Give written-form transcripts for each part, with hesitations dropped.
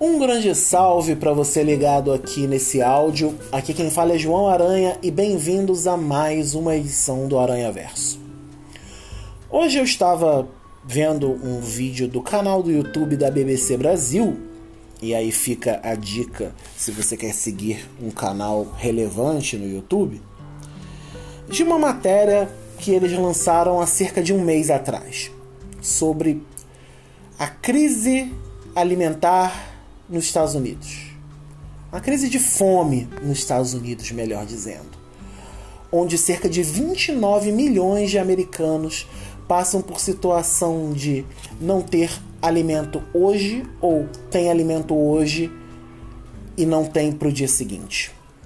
Um grande salve para você ligado aqui nesse áudio. Aqui quem fala é João Aranha e bem-vindos a mais uma edição do Aranha Verso. Hoje eu estava vendo um vídeo do canal do YouTube da BBC Brasil, e aí fica a dica se você quer seguir um canal relevante no YouTube, de uma matéria que eles lançaram há cerca de um mês atrás, sobre a crise alimentar nos Estados Unidos. Uma crise de fome nos Estados Unidos, melhor dizendo. Onde cerca de 29 milhões de americanos passam por situação de não ter alimento hoje ou tem alimento hoje e não tem para o dia seguinte.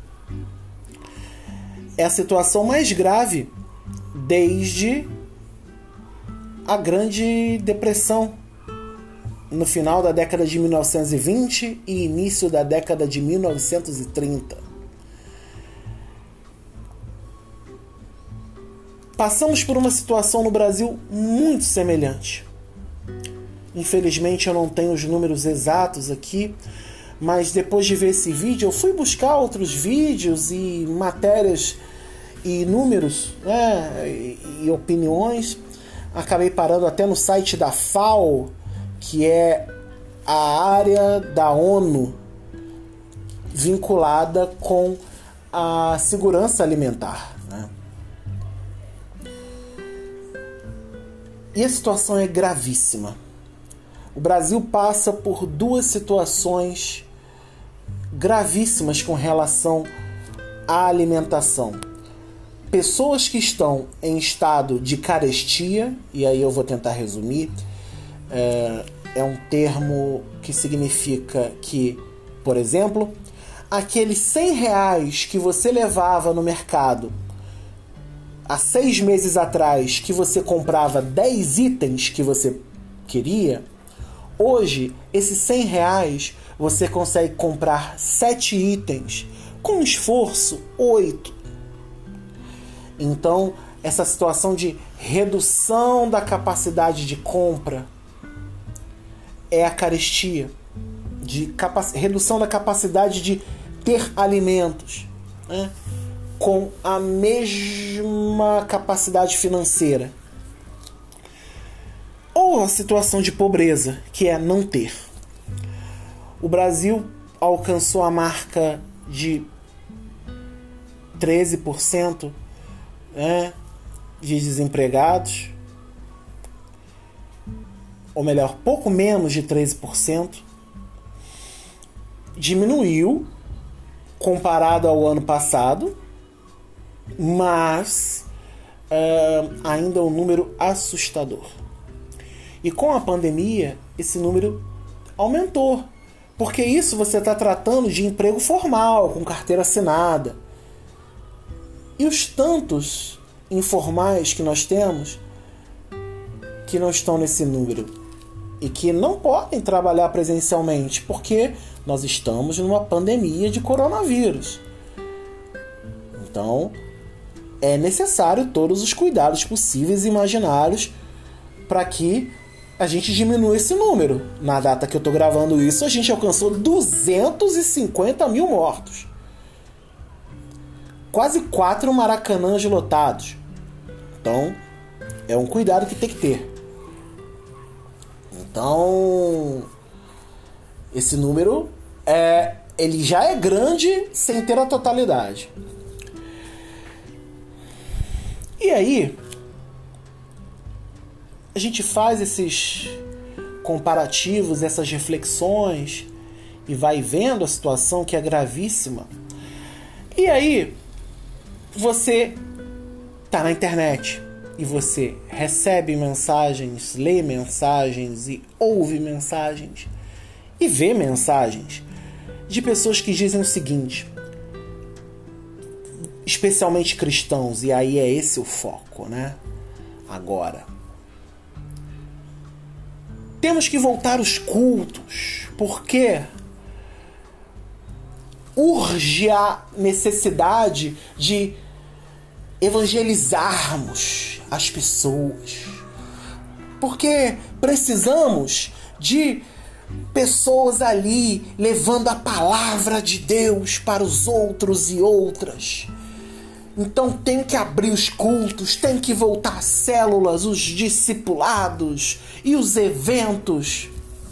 É a situação mais grave desde a Grande Depressão, no final da década de 1920 e início da década de 1930. Passamos por uma situação no Brasil muito semelhante. Infelizmente eu não tenho os números exatos aqui, mas depois de ver esse vídeo eu fui buscar outros vídeos e matérias e números, e opiniões. Acabei parando até no site da FAO, que é a área da ONU vinculada com a segurança alimentar, né? E a situação é gravíssima. O Brasil passa por duas situações gravíssimas com relação à alimentação. Pessoas que estão em estado de carestia, e aí eu vou tentar resumir, é um termo que significa que, por exemplo, aqueles R$100 que você levava no mercado há 6 meses atrás, que você comprava 10 itens que você queria, hoje, esses R$100 você consegue comprar 7 itens, com esforço, 8. Então, essa situação de redução da capacidade de compra é a carestia, de redução da capacidade de ter alimentos, né, com a mesma capacidade financeira. Ou a situação de pobreza, que é não ter. O Brasil alcançou a marca de 13%, de desempregados, ou melhor, pouco menos de 13%, diminuiu comparado ao ano passado, mas ainda é um número assustador. E com a pandemia, esse número aumentou, porque isso você está tratando de emprego formal, com carteira assinada. E os tantos informais que nós temos que não estão nesse número e que não podem trabalhar presencialmente porque nós estamos numa pandemia de coronavírus. Então, é necessário todos os cuidados possíveis e imaginários para que a gente diminua esse número. Na data que eu estou gravando isso, a gente alcançou 250 mil mortos. Quase 4 Maracanãs lotados. Então, é um cuidado que tem que ter. Então, esse número ele já é grande sem ter a totalidade. E aí, a gente faz esses comparativos, essas reflexões e vai vendo a situação que é gravíssima. E aí, você tá na internet e você recebe mensagens, lê mensagens e ouve mensagens e vê mensagens de pessoas que dizem o seguinte, especialmente cristãos, e aí é esse o foco, né? Agora, temos que voltar aos cultos, porque urge a necessidade de evangelizarmos as pessoas, porque precisamos de pessoas ali levando a palavra de Deus para os outros e outras. Então tem que abrir os cultos, tem que voltar às células, os discipulados e os eventos.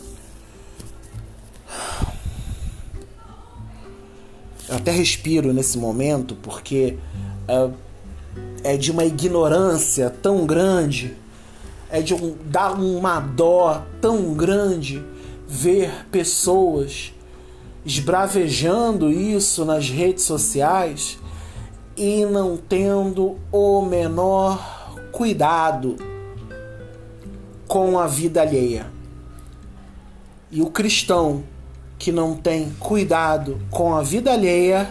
Eu até respiro nesse momento porque é de uma ignorância tão grande, dá uma dó tão grande ver pessoas esbravejando isso nas redes sociais e não tendo o menor cuidado com a vida alheia. E o cristão que não tem cuidado com a vida alheia,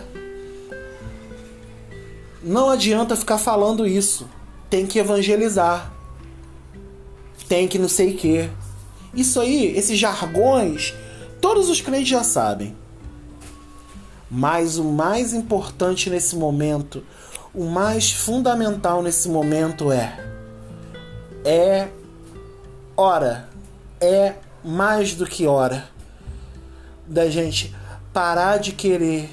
não adianta ficar falando isso. Tem que evangelizar. Tem que não sei o quê. Isso aí, esses jargões, todos os crentes já sabem. Mas o mais importante nesse momento, o mais fundamental nesse momento é mais do que hora da gente parar de querer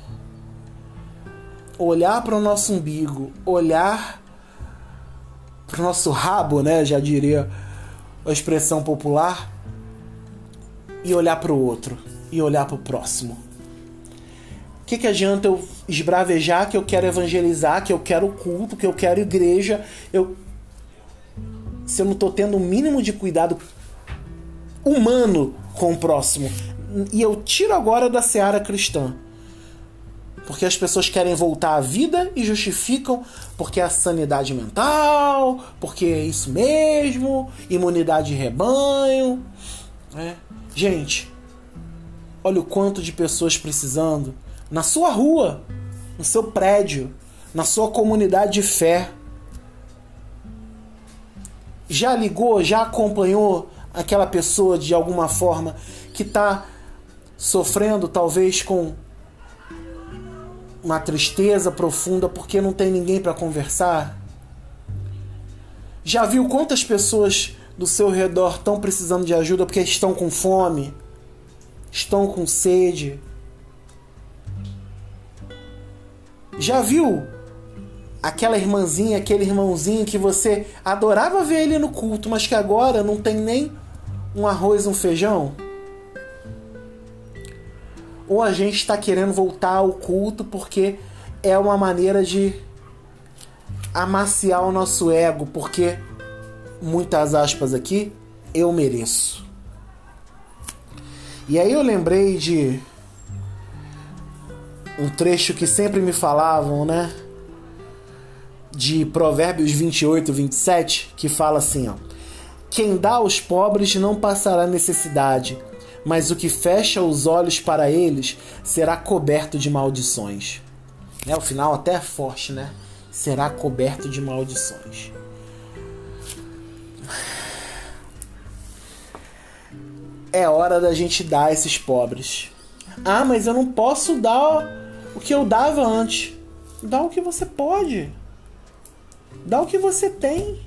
olhar para o nosso umbigo, olhar para o nosso rabo, né? Já diria a expressão popular, e olhar para o outro, e olhar para o próximo. O que adianta eu esbravejar que eu quero evangelizar, que eu quero culto, que eu quero igreja, se eu não estou tendo o mínimo de cuidado humano com o próximo? E eu tiro agora da seara cristã, porque as pessoas querem voltar à vida e justificam porque é a sanidade mental, porque é isso mesmo, imunidade de rebanho, né? Gente, olha o quanto de pessoas precisando na sua rua, no seu prédio, na sua comunidade de fé. Já ligou, já acompanhou aquela pessoa de alguma forma que está sofrendo talvez com uma tristeza profunda porque não tem ninguém para conversar? Já viu quantas pessoas do seu redor estão precisando de ajuda porque estão com fome, estão com sede? Já viu aquela irmãzinha, aquele irmãozinho que você adorava ver ele no culto, mas que agora não tem nem um arroz, um feijão? Ou a gente está querendo voltar ao culto porque é uma maneira de amaciar o nosso ego, porque, muitas aspas aqui, eu mereço. E aí eu lembrei de um trecho que sempre me falavam, né? De Provérbios 28, 27, que fala assim, ó: quem dá aos pobres não passará necessidade, mas o que fecha os olhos para eles será coberto de maldições. O final até é forte, né? Será coberto de maldições. É hora da gente dar a esses pobres. Ah, mas eu não posso dar o que eu dava antes. Dá o que você pode. Dá o que você tem.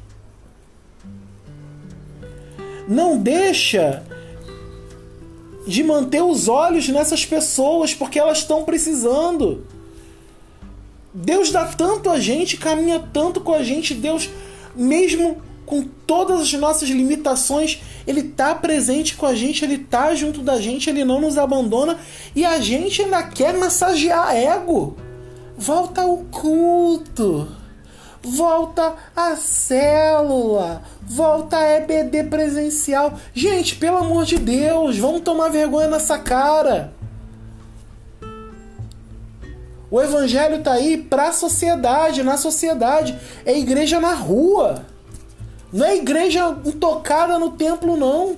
Não deixa de manter os olhos nessas pessoas, porque elas estão precisando. Deus dá tanto a gente, caminha tanto com a gente. Deus, mesmo com todas as nossas limitações, Ele está presente com a gente, Ele está junto da gente, Ele não nos abandona, e a gente ainda quer massagear ego. Volta ao culto, volta à célula, volta a EBD presencial. Gente, pelo amor de Deus, vamos tomar vergonha nessa cara. O evangelho está aí para a sociedade, na sociedade. É igreja na rua. Não é igreja intocada no templo, não.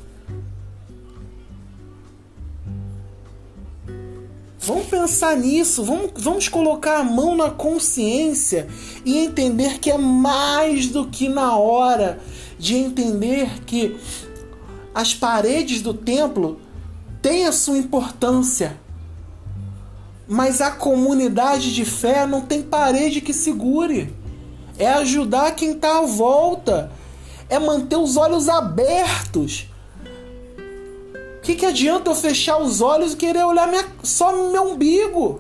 Vamos pensar nisso, vamos colocar a mão na consciência e entender que é mais do que na hora de entender que as paredes do templo têm a sua importância, mas a comunidade de fé não tem parede que segure. É ajudar quem está à volta, é manter os olhos abertos. Que adianta eu fechar os olhos e querer olhar só meu umbigo?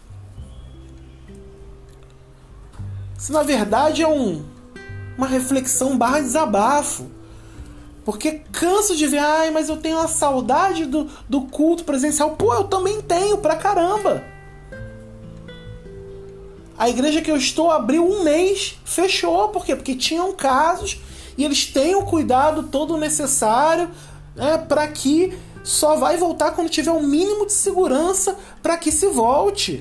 Isso na verdade é uma reflexão / desabafo. Porque canso de ver, mas eu tenho uma saudade do culto presencial. Pô, eu também tenho pra caramba. A igreja que eu estou abriu 1 mês, fechou. Por quê? Porque tinham casos e eles têm o cuidado todo necessário, né, para que só vai voltar quando tiver o mínimo de segurança para que se volte.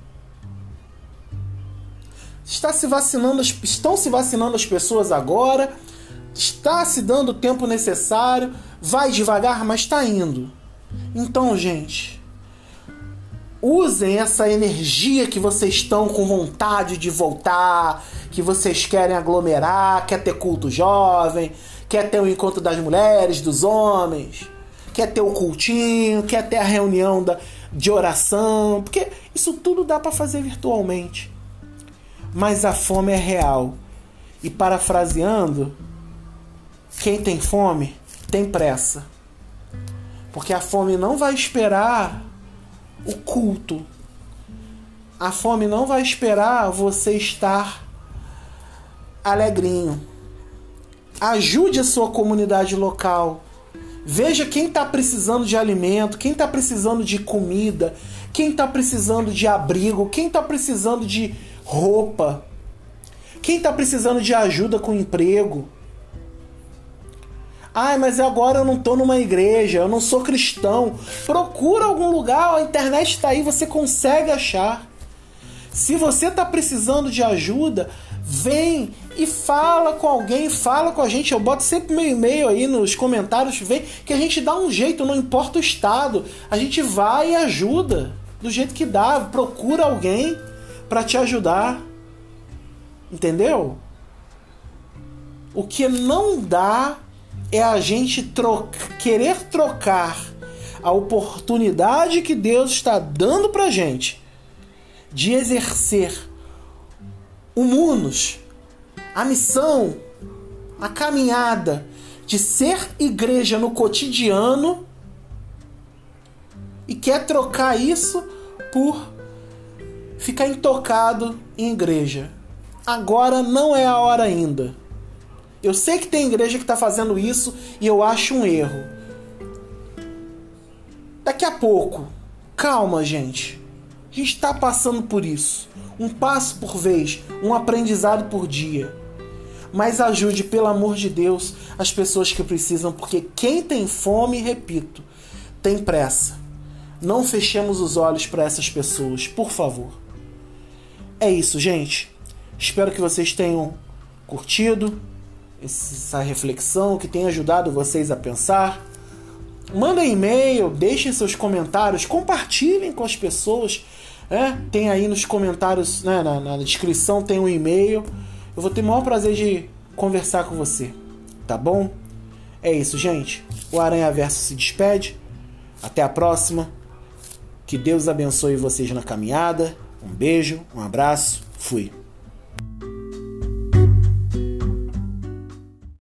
Estão se vacinando as pessoas agora, está se dando o tempo necessário, vai devagar, mas está indo. Então, gente, usem essa energia que vocês estão com vontade de voltar, que vocês querem aglomerar, quer ter culto jovem, quer ter o encontro das mulheres, dos homens, quer ter o cultinho, quer ter a reunião de oração, porque isso tudo dá para fazer virtualmente. Mas a fome é real. E parafraseando, quem tem fome tem pressa. Porque a fome não vai esperar o culto. A fome não vai esperar você estar alegrinho. Ajude a sua comunidade local. Veja quem está precisando de alimento, quem está precisando de comida, quem está precisando de abrigo, quem está precisando de roupa, quem está precisando de ajuda com emprego. Mas agora eu não estou numa igreja, eu não sou cristão. Procura algum lugar, a internet está aí, você consegue achar. Se você está precisando de ajuda, vem e fala com alguém, fala com a gente. Eu boto sempre meu e-mail aí nos comentários, vem que a gente dá um jeito, não importa o estado. A gente vai e ajuda do jeito que dá, procura alguém para te ajudar. Entendeu? O que não dá é a gente querer trocar a oportunidade que Deus está dando pra gente de exercer o munus, a missão, a caminhada de ser igreja no cotidiano, e quer trocar isso por ficar intocado em igreja. Agora não é a hora ainda. Eu sei que tem igreja que está fazendo isso e eu acho um erro. Daqui a pouco, calma, gente. A gente está passando por isso. Um passo por vez, um aprendizado por dia. Mas ajude, pelo amor de Deus, as pessoas que precisam, porque quem tem fome, repito, tem pressa. Não fechemos os olhos para essas pessoas, por favor. É isso, gente. Espero que vocês tenham curtido essa reflexão, que tenha ajudado vocês a pensar. Mandem e-mail, deixem seus comentários, compartilhem com as pessoas. Tem aí nos comentários, né, na descrição tem um e-mail. Eu vou ter o maior prazer de conversar com você, tá bom? É isso, gente. O Aranha Verso se despede. Até a próxima. Que Deus abençoe vocês na caminhada. Um beijo, um abraço. Fui.